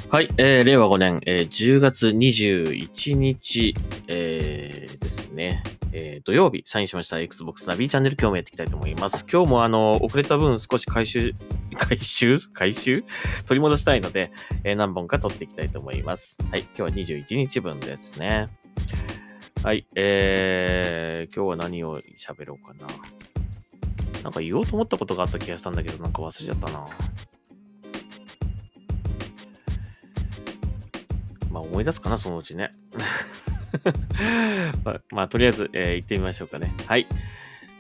はい、令和5年、10月21日、ですね、土曜日、サインしました Xbox ナビチャンネル、今日もやっていきたいと思います。今日も遅れた分少し回収取り戻したいので、何本か取っていきたいと思います。はい、今日は21日分ですね。はい、今日は何を喋ろうかな。なんか言おうと思ったことがあった気がしたんだけど、なんか忘れちゃったな。まあ思い出すかな、そのうちね。まあ、とりあえず、行ってみましょうかね。はい。フ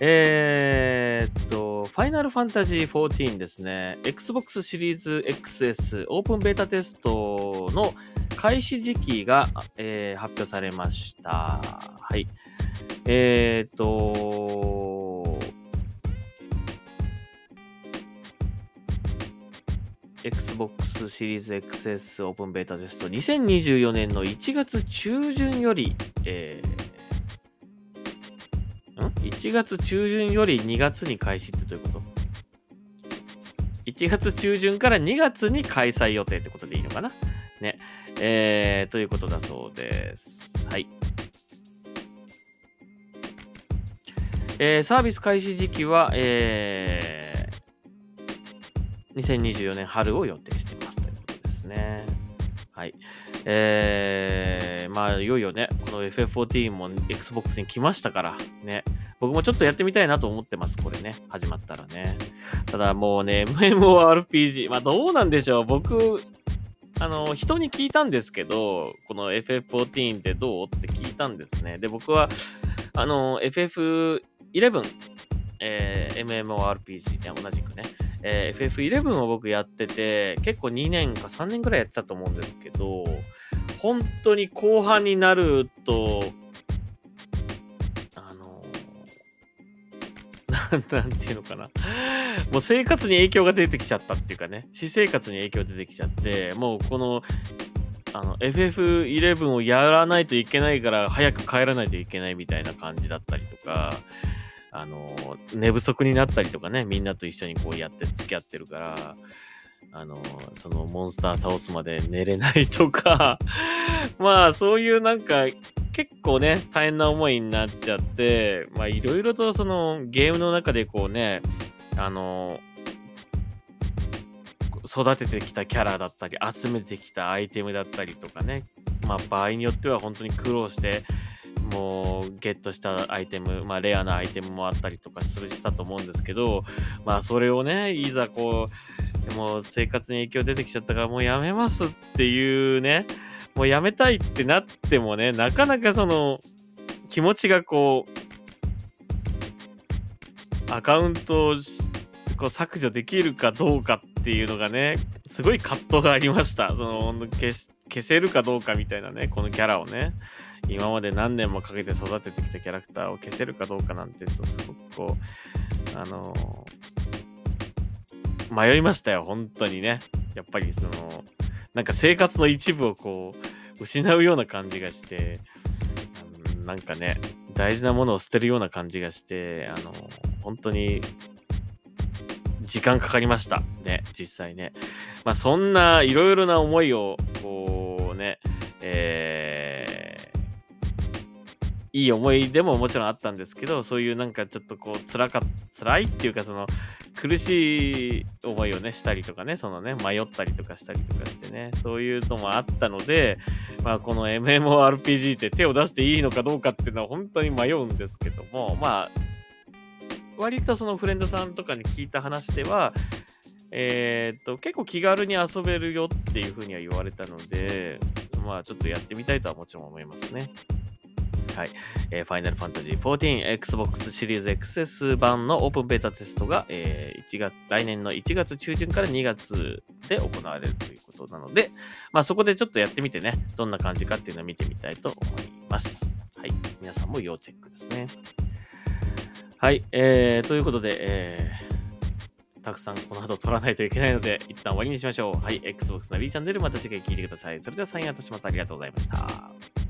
ァイナルファンタジー14ですね。Xbox シリーズ XS オープンベータテストの開始時期が、発表されました。はい。Xbox シリーズ XS オープンベータテスト2024年の1月中旬より、1月中旬より2月に開始ってどういうこと？ 1 月中旬から2月に開催予定ってことでいいのかなね。ということだそうです。はい。サービス開始時期は、2024年春を予定していますということですね。はい。まあ、いよいよね、この FF14 も Xbox に来ましたから、ね。僕もちょっとやってみたいなと思ってます、これね。始まったらね。ただもうね、MMORPG、まあどうなんでしょう。僕、人に聞いたんですけど、この FF14 ってどうって聞いたんですね。で、僕は、FF11、MMORPG ね、同じくね。FF11 を僕やってて、結構2年か3年くらいやってたと思うんですけど、本当に後半になると、なんていうのかな。もう生活に影響が出てきちゃったっていうかね、私生活に影響出てきちゃって、もうこの、FF11 をやらないといけないから、早く帰らないといけないみたいな感じだったりとか、寝不足になったりとかね、みんなと一緒にこうやって付き合ってるから、そのモンスター倒すまで寝れないとか、まあそういうなんか結構ね、大変な思いになっちゃって、まあいろいろとそのゲームの中でこうね、育ててきたキャラだったり、集めてきたアイテムだったりとかね、まあ場合によっては本当に苦労して、もうゲットしたアイテム、まあレアなアイテムもあったりとかしたと思うんですけど、まあそれをね、いざこう、もう生活に影響出てきちゃったからもうやめますっていうね、もうやめたいってなってもね、なかなかその気持ちがこう、アカウントをこう削除できるかどうかっていうのがね、すごい葛藤がありました。その消せるかどうかみたいなね、このキャラをね。今まで何年もかけて育ててきたキャラクターを消せるかどうかなんて、ちょっとすごくこう、迷いましたよ、本当にね。やっぱりその、なんか生活の一部をこう、失うような感じがして、なんかね、大事なものを捨てるような感じがして、本当に、時間かかりました。ね、実際ね。まあそんないろいろな思いを、こうね、いい思い出ももちろんあったんですけど、そういうなんかちょっとこう辛いっていうかその苦しい思いをね、したりとかね、そのね、迷ったりとかしたりとかしてね、そういうのもあったので、まあこの MMORPG って手を出していいのかどうかっていうのは本当に迷うんですけども、まあ、割とそのフレンドさんとかに聞いた話では、結構気軽に遊べるよっていうふうには言われたので、まあちょっとやってみたいとはもちろん思いますね。はい。ファイナルファンタジー14 Xbox シリーズ XS 版のオープンベータテストが、来年の1月中旬から2月で行われるということなので、まあそこでちょっとやってみてね、どんな感じかっていうのを見てみたいと思います。はい。皆さんも要チェックですね。はい。ということで、たくさんこの後取らないといけないので、一旦終わりにしましょう。はい。Xbox ナビチャンネルまた次回聞いてください。それではサインアウトします。ありがとうございました。